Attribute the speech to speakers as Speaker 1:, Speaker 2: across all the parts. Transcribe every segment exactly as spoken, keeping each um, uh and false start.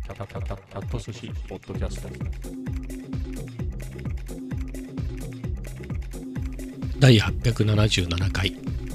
Speaker 1: キャキャキャキャキャット寿司ポッドキャスト
Speaker 2: だいはっぴゃくななじゅうななかい。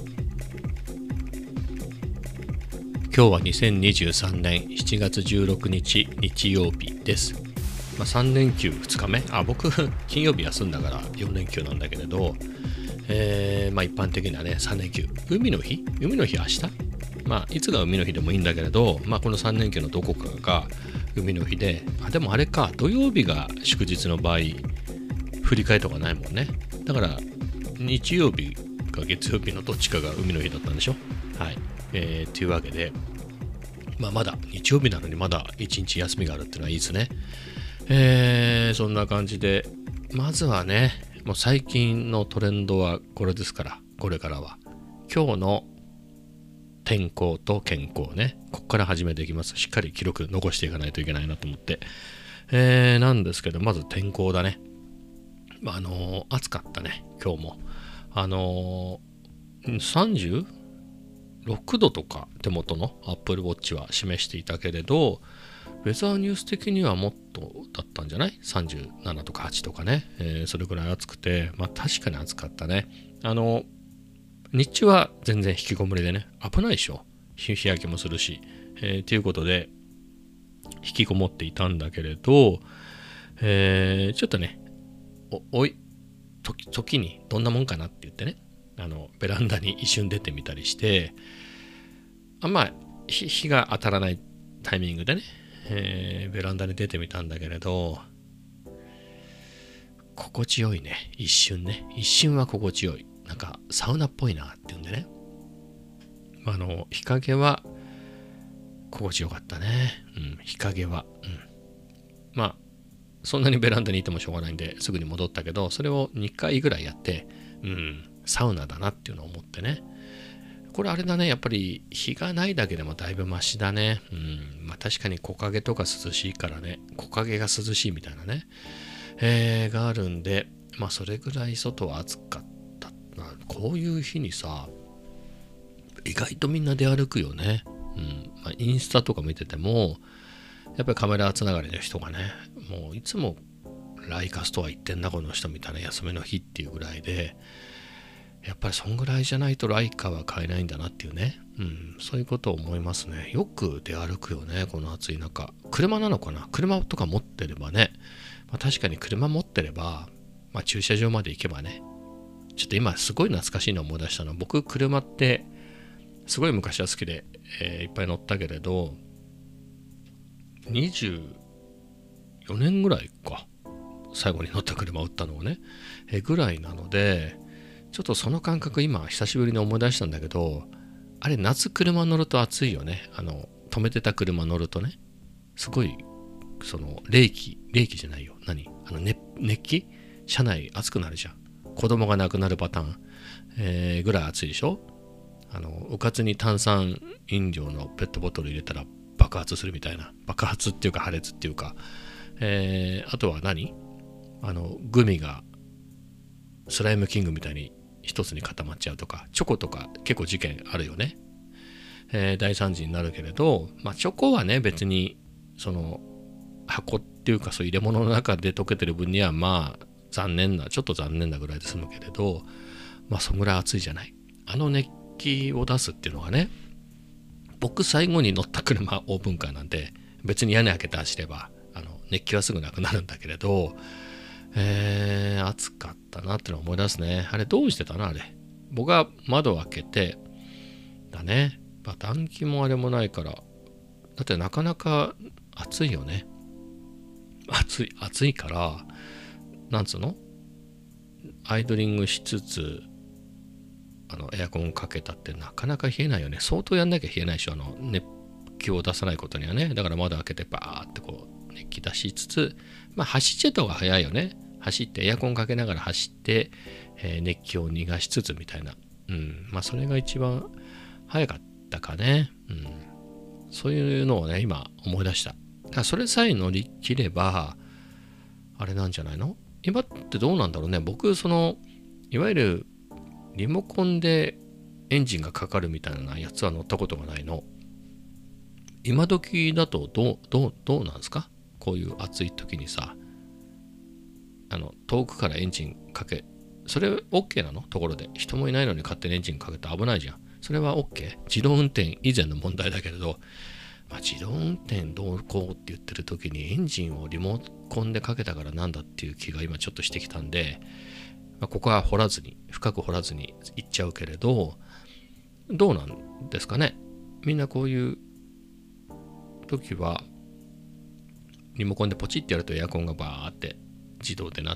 Speaker 2: 今日はにせんにじゅうさんねんしちがつじゅうろくにち日曜日です。まあ、さんれんきゅうふつかめ、あ、僕金曜日休んだからよんれんきゅうなんだけれど、えー、まあ一般的なねさんれんきゅう、海の日海の日明日、まあいつが海の日でもいいんだけれど、まあこのさんれんきゅうのどこかが海の日で、あ、でもあれか、土曜日が祝日の場合振り替えとかないもんね。だから日曜日か月曜日のどっちかが海の日だったんでしょ。はい、えー、というわけで、まあまだ日曜日なのにまだいちにち休みがあるっていうのはいいですね。えー、そんな感じで、まずはね、もう最近のトレンドはこれですから、これからは今日の天候と健康ね、ここから始めていきます。しっかり記録残していかないといけないなと思って、えー、なんですけど、まず天候だね。まあ、あのー、暑かったね今日も。あのー、さんじゅうろくどとか手元の Apple Watch は示していたけれど、ウェザーニュース的にはもっとだったんじゃない？ さんじゅうなな とかはちとかね、えー、それくらい暑くて、まあ確かに暑かったね。あの日中は全然引きこもりでね、危ないでしょ、日焼けもするし、えー、ということで引きこもっていたんだけれど、えー、ちょっとねおおい時時にどんなもんかなって言ってね、あのベランダに一瞬出てみたりして、あんま日日が当たらないタイミングでね、えー、ベランダに出てみたんだけれど、心地よいね。一瞬ね、一瞬は心地よい。なんかサウナっぽいなっていうんでね、あの日陰は心地よかったね。うん、日陰は、うん、まあそんなにベランダにいてもしょうがないんですぐに戻ったけど、それをにかいぐらいやって、うん、サウナだなっていうのを思ってね。これあれだね、やっぱり日がないだけでもだいぶマシだね。うん、まあ確かに木陰とか涼しいからね、木陰が涼しいみたいなね、えー、があるんで、まあそれぐらい外は暑かった。こういう日にさ、意外とみんな出歩くよね。うん、まあ、インスタとか見てても、やっぱりカメラつながりの人がね、もういつもライカストア行ってんなこの人みたいな、休みの日っていうぐらいで、やっぱりそんぐらいじゃないとライカは買えないんだなっていうね、うん、そういうことを思いますね。よく出歩くよね、この暑い中。車なのかな、車とか持ってればね、まあ、確かに車持ってれば、まあ、駐車場まで行けばね、ちょっと今すごい懐かしいのを思い出したの。僕車ってすごい昔は好きで、えー、いっぱい乗ったけれど、にじゅうよねんぐらいか、最後に乗った車を売ったのをね、えぐらいなので、ちょっとその感覚今久しぶりに思い出したんだけど、あれ夏車乗ると暑いよね。あの止めてた車乗るとね、すごいその冷気冷気じゃないよ、何あの、ね、熱気、車内暑くなるじゃん。子供が亡くなるパターン、えー、ぐらい暑いでしょ。あのうかつに炭酸飲料のペットボトル入れたら爆発するみたいな、爆発っていうか破裂っていうか、えー、あとは何あのグミがスライムキングみたいに一つに固まっちゃうとか、チョコとか結構事件あるよね、えー、大惨事になるけれど、まあチョコはね別にその箱っていうかそう入れ物の中で溶けてる分にはまあ残念な、ちょっと残念なぐらいで済むけれど、まあそんぐらい暑いじゃない。あの熱気を出すっていうのはね、僕最後に乗った車オープンカーなんで別に屋根開けて走ればあの熱気はすぐなくなるんだけれど、えー、暑かったなってのを思い出すね。あれどうしてたのあれ。僕は窓を開けてだね、まあ、暖気もあれもないから、だってなかなか暑いよね。暑い暑いからなんつうの、アイドリングしつつあのエアコンかけたってなかなか冷えないよね。相当やんなきゃ冷えないでしょ、あの熱気を出さないことにはね。だから窓開けてバーってこう熱気出しつつ、まあ走っちゃった方が早いよね。走ってエアコンかけながら走って、えー、熱気を逃がしつつみたいな、うん、まあそれが一番早かったかね。うん、そういうのをね今思い出した。だからそれさえ乗り切ればあれなんじゃないの。今ってどうなんだろうね。僕そのいわゆるリモコンでエンジンがかかるみたいなやつは乗ったことがないの。 今時だとどう、どう、どうなんですか？こういう暑い時にさ、あの、遠くからエンジンかけ、それ OK なの？ところで。人もいないのに勝手にエンジンかけて危ないじゃん。それは OK？ 自動運転以前の問題だけれど、まあ、自動運転どうこうって言ってる時にエンジンをリモコンでかけたからなんだっていう気が今ちょっとしてきたんで、まあ、ここは掘らずに、深く掘らずに言っちゃうけれど、どうなんですかね。みんなこういう時は、リモコンでポチってやるとエアコンがバーって自動でなって、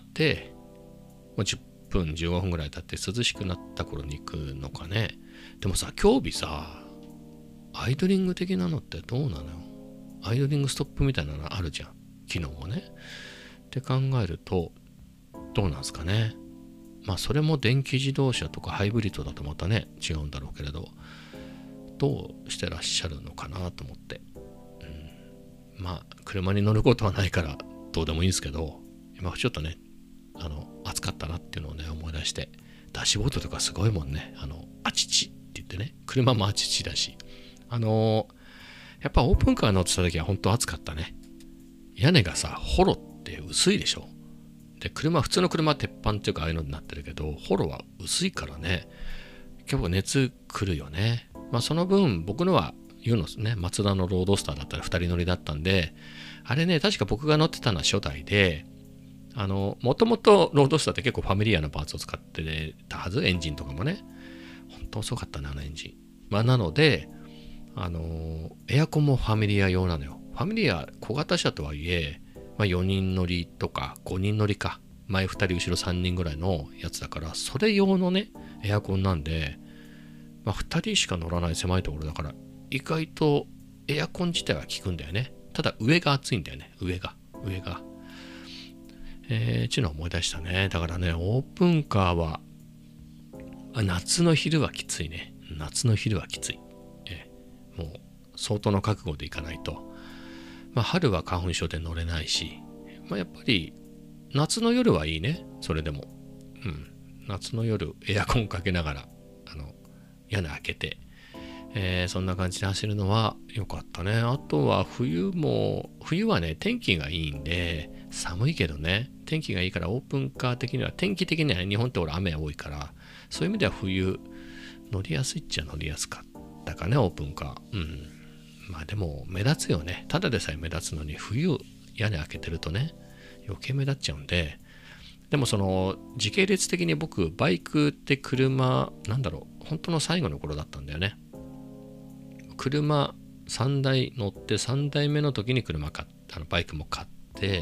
Speaker 2: もうじゅっぷん、じゅうごふんぐらい経って涼しくなった頃に行くのかね。でもさ、今日日さ、アイドリング的なのってどうなのよ。アイドリングストップみたいなのあるじゃん。機能もね。って考えると、どうなんですかね。まあそれも電気自動車とかハイブリッドだとまたね、違うんだろうけれど、どうしてらっしゃるのかなと思って。うん、まあ車に乗ることはないからどうでもいいんですけど、今ちょっとね、あの、暑かったなっていうのをね、思い出して、ダッシュボードとかすごいもんね。あの、あちちって言ってね、車もあちちだし。あのー、やっぱオープンカー乗ってた時は本当暑かったね。屋根がさ、ホロって薄いでしょ。で、車、普通の車は鉄板っていうかああいうのになってるけど、ホロは薄いからね、結構熱くるよね。まあその分、僕のは言うのね、マツダのロードスターだったらふたり乗りだったんで、あれね、確か僕が乗ってたのは初代で、あの、もともとロードスターって結構ファミリアなパーツを使ってたはず、エンジンとかもね。本当遅かったね、あのエンジン。まあなので、あのエアコンもファミリア用なのよ。ファミリア小型車とはいえ、まあ、よにん乗りとかごにん乗りか、前ふたり後ろさんにんぐらいのやつだから、それ用のねエアコンなんで、まあ、ふたりしか乗らない狭いところだから、意外とエアコン自体は効くんだよね。ただ上が暑いんだよね。上が上がえー、ちゅうのを思い出したね。だからね、オープンカーは夏の昼はきついね。夏の昼はきつい。もう相当の覚悟でいかないと、まあ、春は花粉症で乗れないし、まあ、やっぱり夏の夜はいいね。それでも、うん、夏の夜エアコンかけながらあの屋根開けて、えー、そんな感じで走るのは良かったね。あとは冬も冬はね天気がいいんで、寒いけどね天気がいいから、オープンカー的には天気的には、ね、日本って俺雨多いから、そういう意味では冬乗りやすいっちゃ乗りやすかっただかね、オープンカー。うん。まあでも目立つよね。ただでさえ目立つのに、冬屋根開けてるとね、余計目立っちゃうんで。でもその時系列的に僕、バイクって車、なんだろう、本当の最後の頃だったんだよね。車さんだい乗ってさんだいめの時に車買った、あのバイクも買って、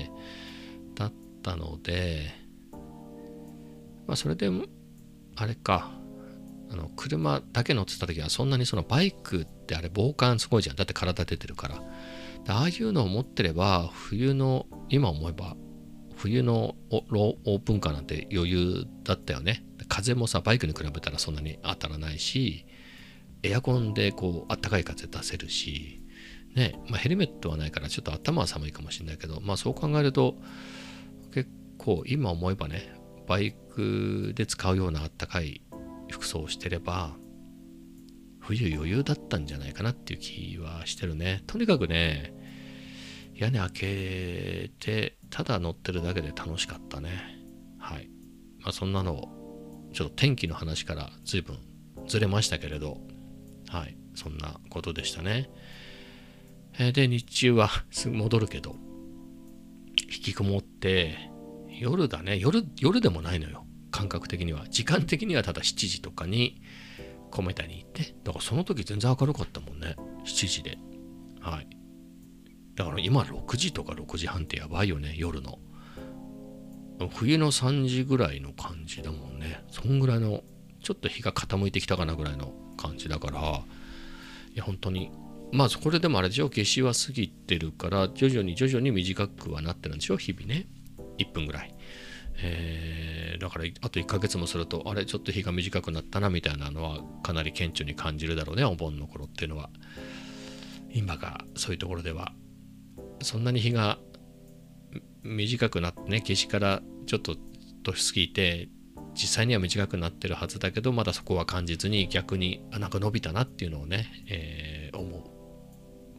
Speaker 2: だったので、まあそれで、あれか、あの車だけ乗ってた時はそんなにそのバイクってあれ防寒すごいじゃん。だって体出てるから。ああいうのを持ってれば冬の、今思えば冬のオープンカーなんて余裕だったよね。風もさ、バイクに比べたらそんなに当たらないし、エアコンでこうあったかい風出せるし、ね、まあヘルメットはないからちょっと頭は寒いかもしれないけど、まあそう考えると結構今思えばね、バイクで使うようなあったかい服装をしてれば冬余裕だったんじゃないかなっていう気はしてるね。とにかくね、屋根開けてただ乗ってるだけで楽しかったね。はい。まあそんなのをちょっと天気の話から随分ずれましたけれど、はい、そんなことでしたね。で、日中はすぐ戻るけど、引きこもって夜だね。夜夜でもないのよ。感覚的には、時間的にはただしちじとかに米田に行って、だからその時全然明るかったもんね、しちじで。はい。だから今ろくじとかろくじはんってやばいよね、夜の。冬のさんじぐらいの感じだもんね。そんぐらいの、ちょっと日が傾いてきたかなぐらいの感じだから、いや本当に、まあこれでもあれでしょ、夏至は過ぎてるから徐々に徐々に短くはなってるんでしょ、日々ね、いっぷんぐらい。えー、だからあといっかげつもすると、あれちょっと日が短くなったなみたいなのはかなり顕著に感じるだろうね、お盆の頃っていうのは。今がそういうところではそんなに日が短くなってね、夏至からちょっと年過ぎて実際には短くなってるはずだけど、まだそこは感じずに逆にあなんか伸びたなっていうのをね、えー、思う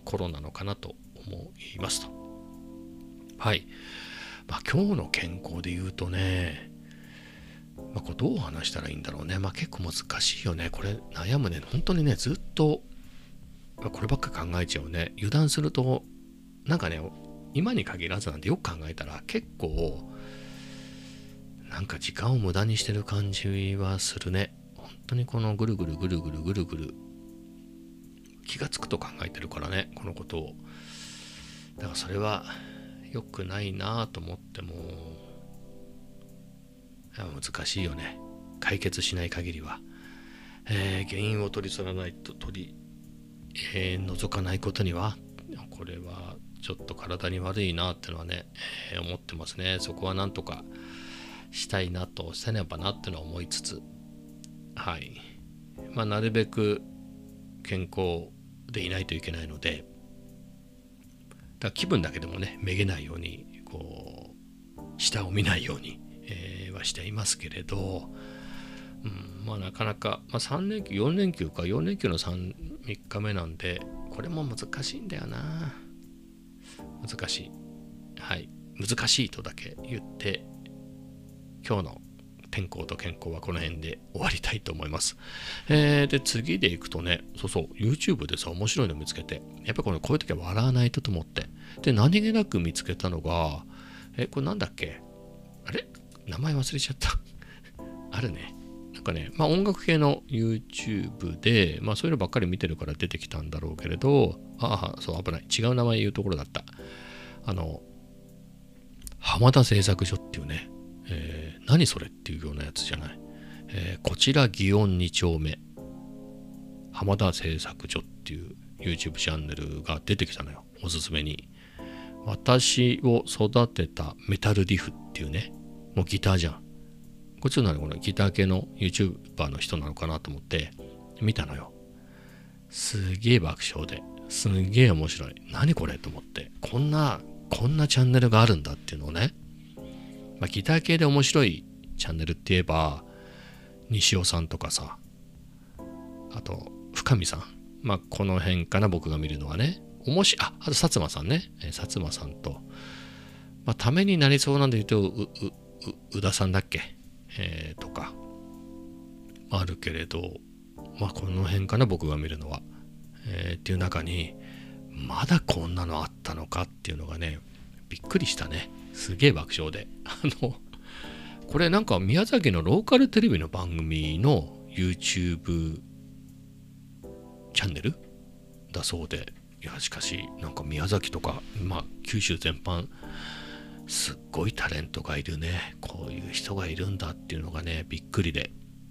Speaker 2: 頃なのかなと思いますと。はい。まあ今日の健康で言うとね、まあ、これどう話したらいいんだろうね。まあ結構難しいよね。これ悩むね。本当にね、ずっとこればっか考えちゃうね。油断すると、なんかね、今に限らずなんでよく考えたら結構、なんか時間を無駄にしてる感じはするね。本当にこのぐるぐるぐるぐるぐるぐる気がつくと考えてるからね、このことを。だからそれは良くないなと思っても、難しいよね。解決しない限りは。えー、原因を取り去らないと、取り、えー、除かないことには、これはちょっと体に悪いなってのはね、えー、思ってますね。そこはなんとかしたいなと、せねばなってのは思いつつ、はい。まあ、なるべく健康でいないといけないので、だから気分だけでもね、めげないように、こう、下を見ないように、えー、はしていますけれど、うん、まあなかなか、まあ、さん連休、よん連休か、よん連休のさん、みっかめなんで、これも難しいんだよな。難しい。はい。難しいとだけ言って、今日の天候と健康はこの辺で終わりたいと思います。えー、で、次でいくとね、そうそう、YouTube でさ、面白いの見つけて、やっぱこれこういう時は笑わないとと思って、で、何気なく見つけたのが、え、これなんだっけ？あれ？名前忘れちゃった。あるね。なんかね、まあ音楽系の YouTube で、まあそういうのばっかり見てるから出てきたんだろうけれど、ああ、そう、危ない。違う名前言うところだった。あの、浜田製作所っていうね、えー、何それっていうようなやつじゃない。えー、こちら祇園に丁目。浜田製作所っていう YouTube チャンネルが出てきたのよ。おすすめに。私を育てたメタルリフっていうね、もうギターじゃん。こっちのこのギター系の YouTuber の人なのかなと思って見たのよ。すげえ爆笑で、すげえ面白い。何これと思って、こんな、こんなチャンネルがあるんだっていうのをね、まあ、ギター系で面白いチャンネルって言えば、西尾さんとかさ、あと、深見さん。まあ、この辺かな、僕が見るのはね。おもし、あ、あと、薩摩さんね。えー、薩摩さんと、まあ、ためになりそうなんで言うと、う、う、う、宇田さんだっけ、えー、とか、あるけれど、まあ、この辺かな、僕が見るのは。えー、っていう中に、まだこんなのあったのかっていうのがね、びっくりしたね。すげえ爆笑で。あの、これなんか宮崎のローカルテレビの番組の YouTube チャンネルだそうで、いやしかしなんか宮崎とか、まあ九州全般すっごいタレントがいるね。こういう人がいるんだっていうのがね、びっくりで。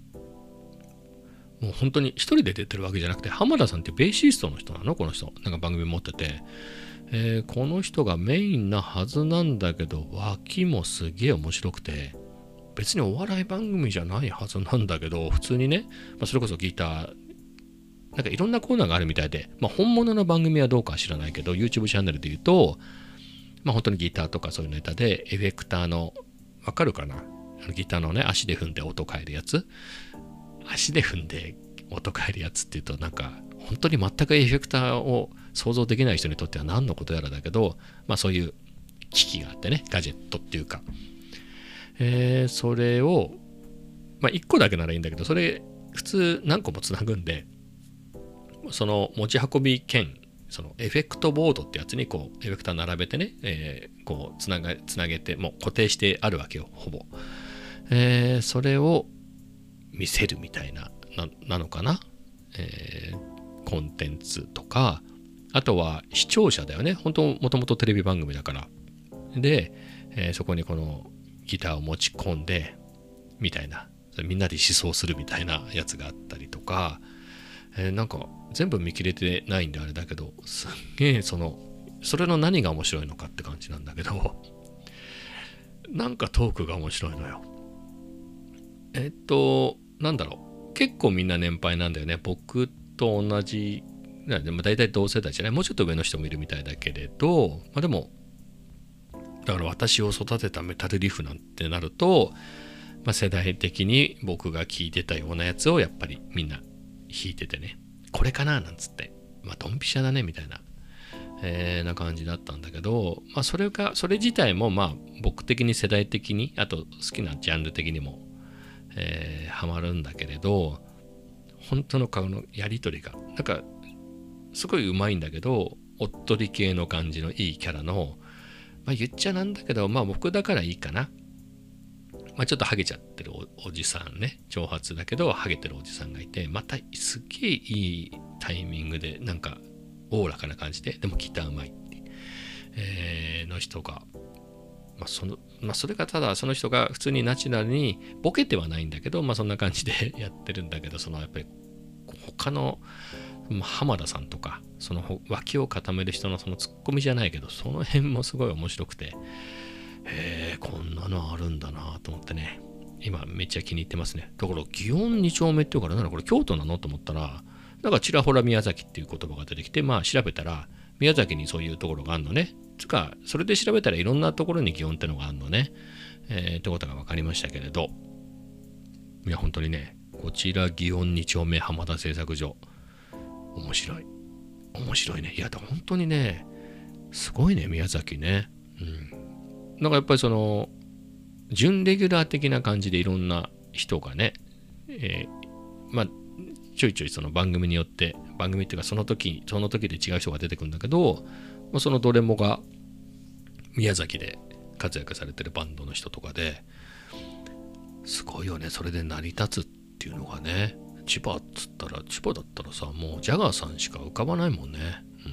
Speaker 2: もう本当に一人で出てるわけじゃなくて、浜田さんってベーシストの人なのこの人。なんか番組持ってて。えー、この人がメインなはずなんだけど、脇もすげえ面白くて、別にお笑い番組じゃないはずなんだけど、普通にね、まあ、それこそギター、なんかいろんなコーナーがあるみたいで、まあ本物の番組はどうかは知らないけど、YouTube チャンネルで言うと、まあ本当にギターとかそういうネタで、エフェクターの、わかるかな？ギターのね、足で踏んで音変えるやつ。足で踏んで音変えるやつっていうと、なんか、本当に全くエフェクターを想像できない人にとっては何のことやらだけど、まあそういう機器があってね、ガジェットっていうか、えー、それを、まあいっこだけならいいんだけど、それ普通何個もつなぐんで、その持ち運び兼、そのエフェクトボードってやつにこうエフェクター並べてね、えー、こうつながつなげてもう固定してあるわけよ、ほぼ。えー、それを見せるみたいな、な、なのかな、えー、コンテンツとか、あとは視聴者だよね。本当もともとテレビ番組だから。で、えー、そこにこのギターを持ち込んで、みたいな、みんなで思想するみたいなやつがあったりとか、えー、なんか全部見切れてないんであれだけど、すっげえその、それの何が面白いのかって感じなんだけど、なんかトークが面白いのよ。えっと、なんだろう。結構みんな年配なんだよね。僕と同じ、でも大体同世代じゃない。もうちょっと上の人もいるみたいだけれど、まあでも、だから私を育てたメタルリフなんてなると、まあ世代的に僕が聴いてたようなやつをやっぱりみんな弾いててね。これかななんつって。まあドンピシャだねみたいな。 えー、な感じだったんだけど、まあそれが、それ自体もまあ僕的に世代的に、あと好きなジャンル的にも、えー、ハマるんだけれど、本当の顔のやりとりが、なんかすごい上手いんだけど、おっとり系の感じのいいキャラの、まあ言っちゃなんだけど、まあ僕だからいいかな。まあちょっとハゲちゃってる お, おじさんね、長髪だけどハゲてるおじさんがいて、またすっげえいいタイミングで、なんかおおらかな感じで、でもギターうまいって、えー、の人が、まあその、まあそれがただその人が普通にナチュラルにボケてはないんだけど、まあそんな感じでやってるんだけど、そのやっぱり他の浜田さんとか、その脇を固める人のそのツッコミじゃないけど、その辺もすごい面白くて、へえ、こんなのあるんだなと思ってね、今めっちゃ気に入ってますね。だから祇園二丁目っていうから、なんだこれ京都なのと思ったら、なんかちらほら宮崎っていう言葉が出てきて、まあ調べたら宮崎にそういうところがあるのね。つかそれで調べたらいろんなところに祇園ってのがあるのね。えー、ってことが分かりましたけれど、いや本当にね、こちら祇園二丁目浜田製作所、面白い面白いね。いや本当にね、すごいね宮崎ね。うん。なんかやっぱりその準レギュラー的な感じでいろんな人がね、えー、まあちょいちょいその番組によって、番組っていうかその時その時で違う人が出てくるんだけど、まあ、そのどれもが宮崎で活躍されてるバンドの人とかで、すごいよね。それで成り立つっていうのがね、千葉っつったら、千葉だったらさ、もうジャガーさんしか浮かばないもんね。うん、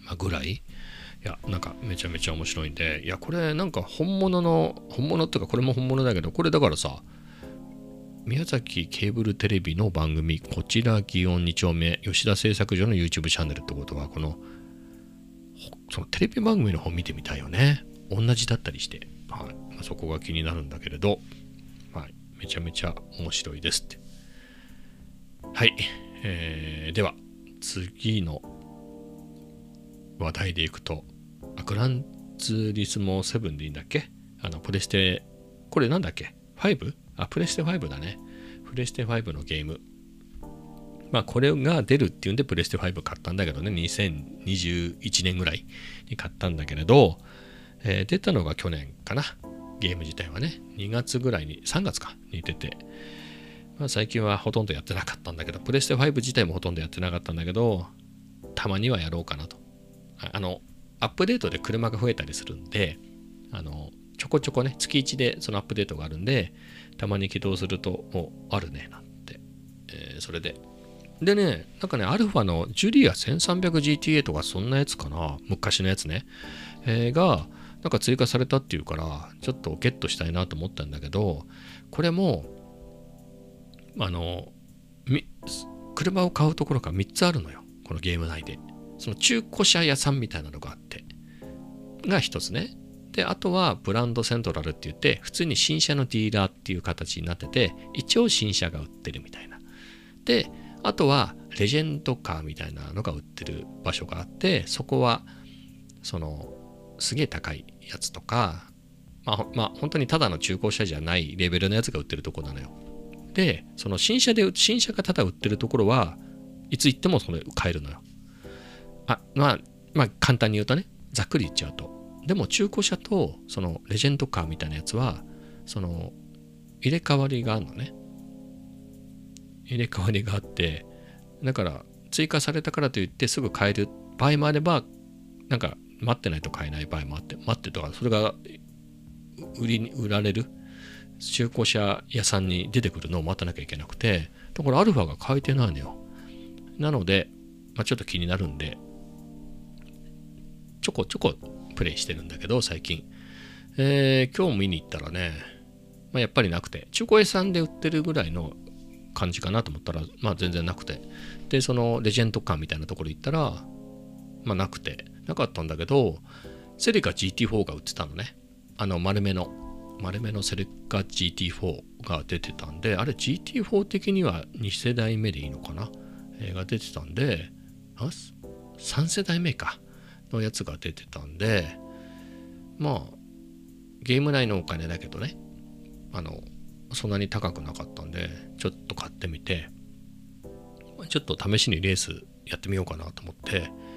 Speaker 2: まあ、ぐらい。いや、なんかめちゃめちゃ面白いんで、いや、これなんか本物の、本物っていうかこれも本物だけど、これだからさ、宮崎ケーブルテレビの番組、こちら祇園二丁目吉田製作所の YouTube チャンネルってことは、この、そのテレビ番組の方見てみたいよね。同じだったりして、はい。まあ、そこが気になるんだけれど、はい。めちゃめちゃ面白いですって。はい。えー、では、次の話題でいくと、グランツーリスモセブンでいいんだっけ？あの、プレステ、これなんだっけ？ ファイブ？ あ、プレステファイブだね。プレステファイブのゲーム。まあ、これが出るっていうんで、プレステファイブ買ったんだけどね、にせんにじゅういちねんぐらいに買ったんだけれど、えー、出たのが去年かな。ゲーム自体はね、にがつぐらいに、さんがつかに出て、まあ、最近はほとんどやってなかったんだけど、プレステファイブ自体もほとんどやってなかったんだけど、たまにはやろうかなと。あの、アップデートで車が増えたりするんで、あの、ちょこちょこね、月いちでそのアップデートがあるんで、たまに起動すると、お、あるね、なんて。えー、それで。でね、なんかね、アルファのジュリア せんさんびゃくジーティーエー とかそんなやつかな、昔のやつね、えー、が、なんか追加されたっていうから、ちょっとゲットしたいなと思ったんだけど、これも、あの、車を買うところがみっつあるのよ、このゲーム内で。その中古車屋さんみたいなのがあって、が一つね。で、あとはブランドセントラルって言って、普通に新車のディーラーっていう形になってて、一応新車が売ってるみたいな。で、あとはレジェンドカーみたいなのが売ってる場所があって、そこは、その、すげえ高いやつとか、まあ、まあ、本当にただの中古車じゃないレベルのやつが売ってるところなのよ。で、その新車で、新車がただ売ってるところはいつ行ってもそれ買えるのよ。あ、まあ、まあ簡単に言うとね、ざっくり言っちゃうと。でも中古車とそのレジェンドカーみたいなやつは、その入れ替わりがあるのね。入れ替わりがあって、だから追加されたからといってすぐ買える場合もあれば、なんか待ってないと買えない場合もあって、待ってとか、それが売りに売られる中古車屋さんに出てくるのを待たなきゃいけなくて、だからアルファが買えてないのよ。なので、まあ、ちょっと気になるんで、ちょこちょこプレイしてるんだけど、最近。えー、今日見に行ったらね、まあ、やっぱりなくて、中古屋さんで売ってるぐらいの感じかなと思ったら、まあ全然なくて。で、そのレジェンドカーみたいなところ行ったら、まあなくて、なかったんだけど、セリカ ジーティーフォー が売ってたのね。あの丸めの、丸めのセリカ ジーティーフォー が出てたんで、あれ ジーティーフォー 的にはに世代目でいいのかな、えー、が出てたんで、あさん世代目かのやつが出てたんで、まあゲーム内のお金だけどね、あのそんなに高くなかったんでちょっと買ってみて、ちょっと試しにレースやってみようかなと思って、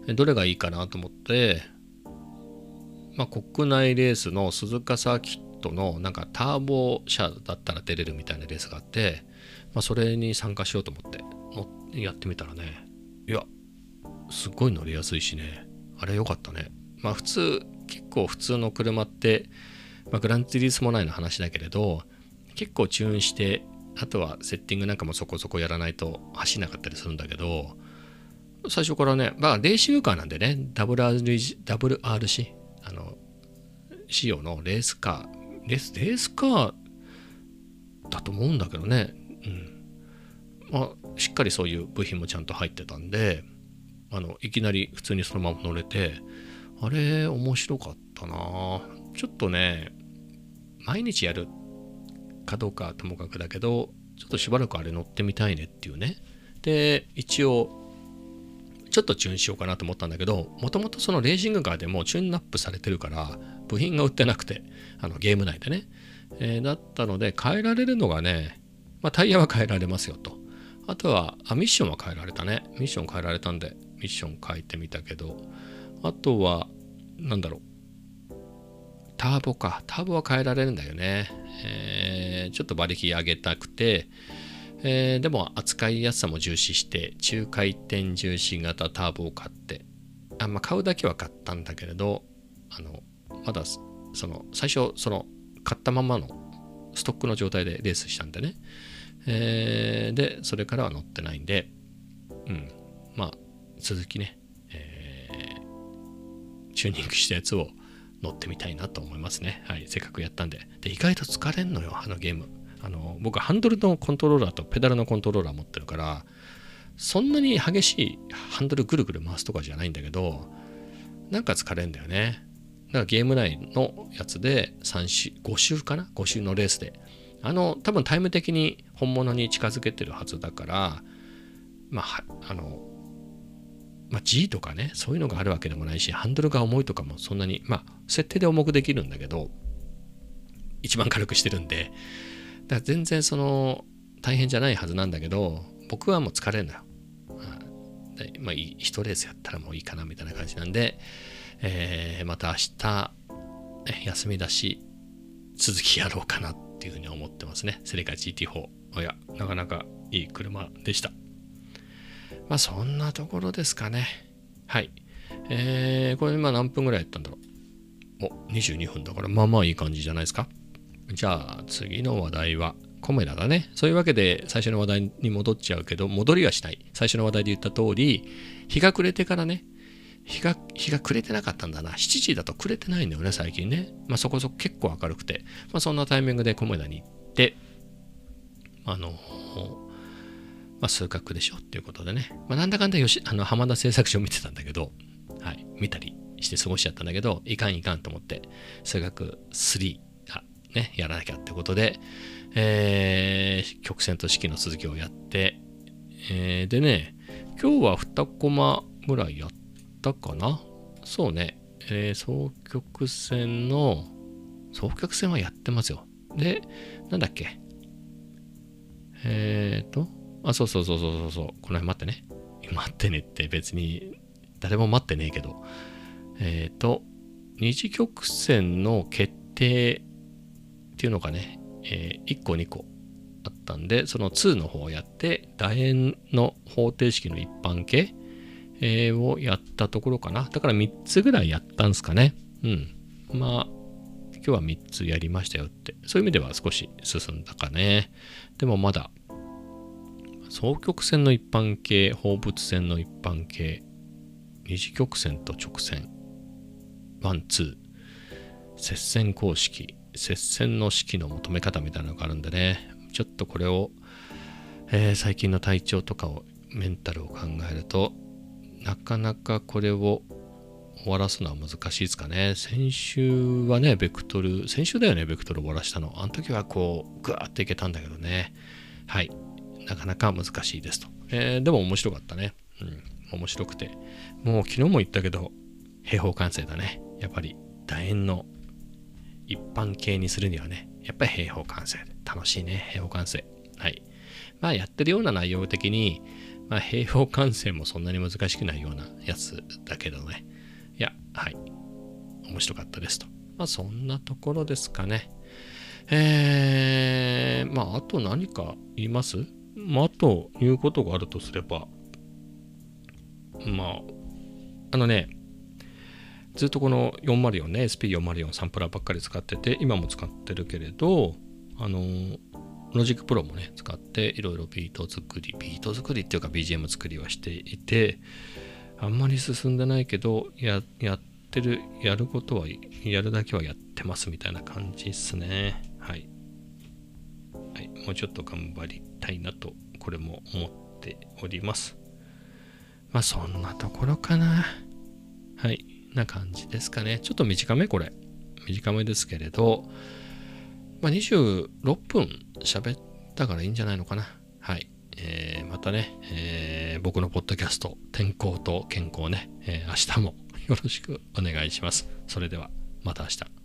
Speaker 2: どれがいいかなと思って、まあ、国内レースの鈴鹿サーキットのなんかターボ車だったら出れるみたいなレースがあって、まあ、それに参加しようと思ってのやってみたらね、いやすごい乗りやすいしね、あれ良かったね。まあ普通結構普通の車って、まあ、グランツーリスモ内の話だけれど結構チューンして、あとはセッティングなんかもそこそこやらないと走んなかったりするんだけど、最初からね、まあレーシングカーなんでね、 ダブリューアールシー ダブリューアールシー あの仕様のレースカーレースレースカーだと思うんだけどね、うん、まあしっかりそういう部品もちゃんと入ってたんで、あのいきなり普通にそのまま乗れて、あれ面白かったな。ちょっとね毎日やるかどうかともかくだけど、ちょっとしばらくあれ乗ってみたいねっていうね。で一応ちょっとチューンしようかなと思ったんだけど、もともとそのレーシングカーでもチューンアップされてるから部品が売ってなくて、あのゲーム内でね、えー、だったので変えられるのがね、まあ、タイヤは変えられますよと、あとはあミッションは変えられたね、ミッション変えられたんでミッション変えてみたけど、あとはなんだろう、ターボか、ターボは変えられるんだよね、えー、ちょっと馬力上げたくて、えー、でも扱いやすさも重視して中回転重視型ターボを買って、あ、まあ、買うだけは買ったんだけれど、あのまだその最初その買ったままのストックの状態でレースしたんでね、えー、でそれからは乗ってないんで、うん、まあ続きね、えー、チューニングしたやつを乗ってみたいなと思いますね。はい、せっかくやったんで。で意外と疲れんのよ、あのゲーム。あの僕はハンドルのコントローラーとペダルのコントローラー持ってるから、そんなに激しいハンドルぐるぐる回すとかじゃないんだけど、なんか疲れんだよね。だからゲーム内のやつでさん周ご周かな、ご周のレースで、あの多分タイム的に本物に近づけてるはずだから、まああのまあ G とかね、そういうのがあるわけでもないし、ハンドルが重いとかもそんなに、まあ設定で重くできるんだけど、一番軽くしてるんで、だから全然その大変じゃないはずなんだけど、僕はもう疲れるのよ。でまあ一レースやったらもういいかなみたいな感じなんで、えー、また明日休みだし続きやろうかなっていうふうに思ってますね。セレカ ジーティーフォー、いやなかなかいい車でした。まあそんなところですかね。はい、えー、これ今何分ぐらいやったんだろう。お、にじゅうにふんだからまあまあいい感じじゃないですか。じゃあ次の話題はコメダだね。そういうわけで最初の話題に戻っちゃうけど、戻りはしない。最初の話題で言った通り、日が暮れてからね、日が日が暮れてなかったんだな。しちじだと暮れてないんだよね最近ね。まあそこそこ結構明るくて、まあそんなタイミングでコメダに行って、あのまあ数学でしょっていうことでね、まあなんだかんだよしあの浜田製作所見てたんだけど、はい、見たりして過ごしちゃったんだけど、いかんいかんと思って数学スリーあねやらなきゃってことで、えー、曲線と式の続きをやって、えー、でね、今日はにコマぐらいやったかな。そうね、えー、双曲線の双曲線はやってますよ。で、なんだっけ、えーとあ、そうそうそうそうそう、この辺待ってね、待ってねって別に誰も待ってねえけど、えーと二次曲線の決定っていうのがね、えー、いっこにこあったんで、そのにの方をやって、楕円の方程式の一般形、えー、をやったところかな。だからみっつぐらいやったんですかね。うん。まあ、今日はみっつやりましたよって。そういう意味では少し進んだかね。でもまだ、双曲線の一般形、放物線の一般形、二次曲線と直線、ワン、ツー、接線公式、接線の式の求め方みたいなのがあるんでね、ちょっとこれを、えー、最近の体調とかをメンタルを考えるとなかなかこれを終わらすのは難しいですかね。先週はねベクトル先週だよねベクトル終わらしたの。あの時はこうグワーっていけたんだけどね、はい、なかなか難しいですと、えー、でも面白かったね。うん、面白くて、もう昨日も言ったけど平方完成だね。やっぱり楕円の一般形にするにはね、やっぱり平方完成で楽しいね。平方完成、はい。まあやってるような内容的にまあ、併用完成もそんなに難しくないようなやつだけどね。いや、はい。面白かったですと。まあ、そんなところですかね。えー、まあ、あと何か言います？まあ、あと言うことがあるとすれば、まあ、あのね、ずっとこのよんまるよんね、エスピーよんまるよん サンプラーばっかり使ってて、今も使ってるけれど、あの、ロジックプロもね、使っていろいろビート作り、ビート作りっていうか ビージーエム 作りはしていて、あんまり進んでないけど、や、やってる、やることは、やるだけはやってますみたいな感じですね。はい。はい。もうちょっと頑張りたいなと、これも思っております。まあ、そんなところかな。はい。な感じですかね。ちょっと短めこれ。短めですけれど、まあ、にじゅうろっぷん喋ったからいいんじゃないのかな。はい。えー、またね、えー、僕のポッドキャスト、天候と健康ね、えー、明日もよろしくお願いします。それでは、また明日。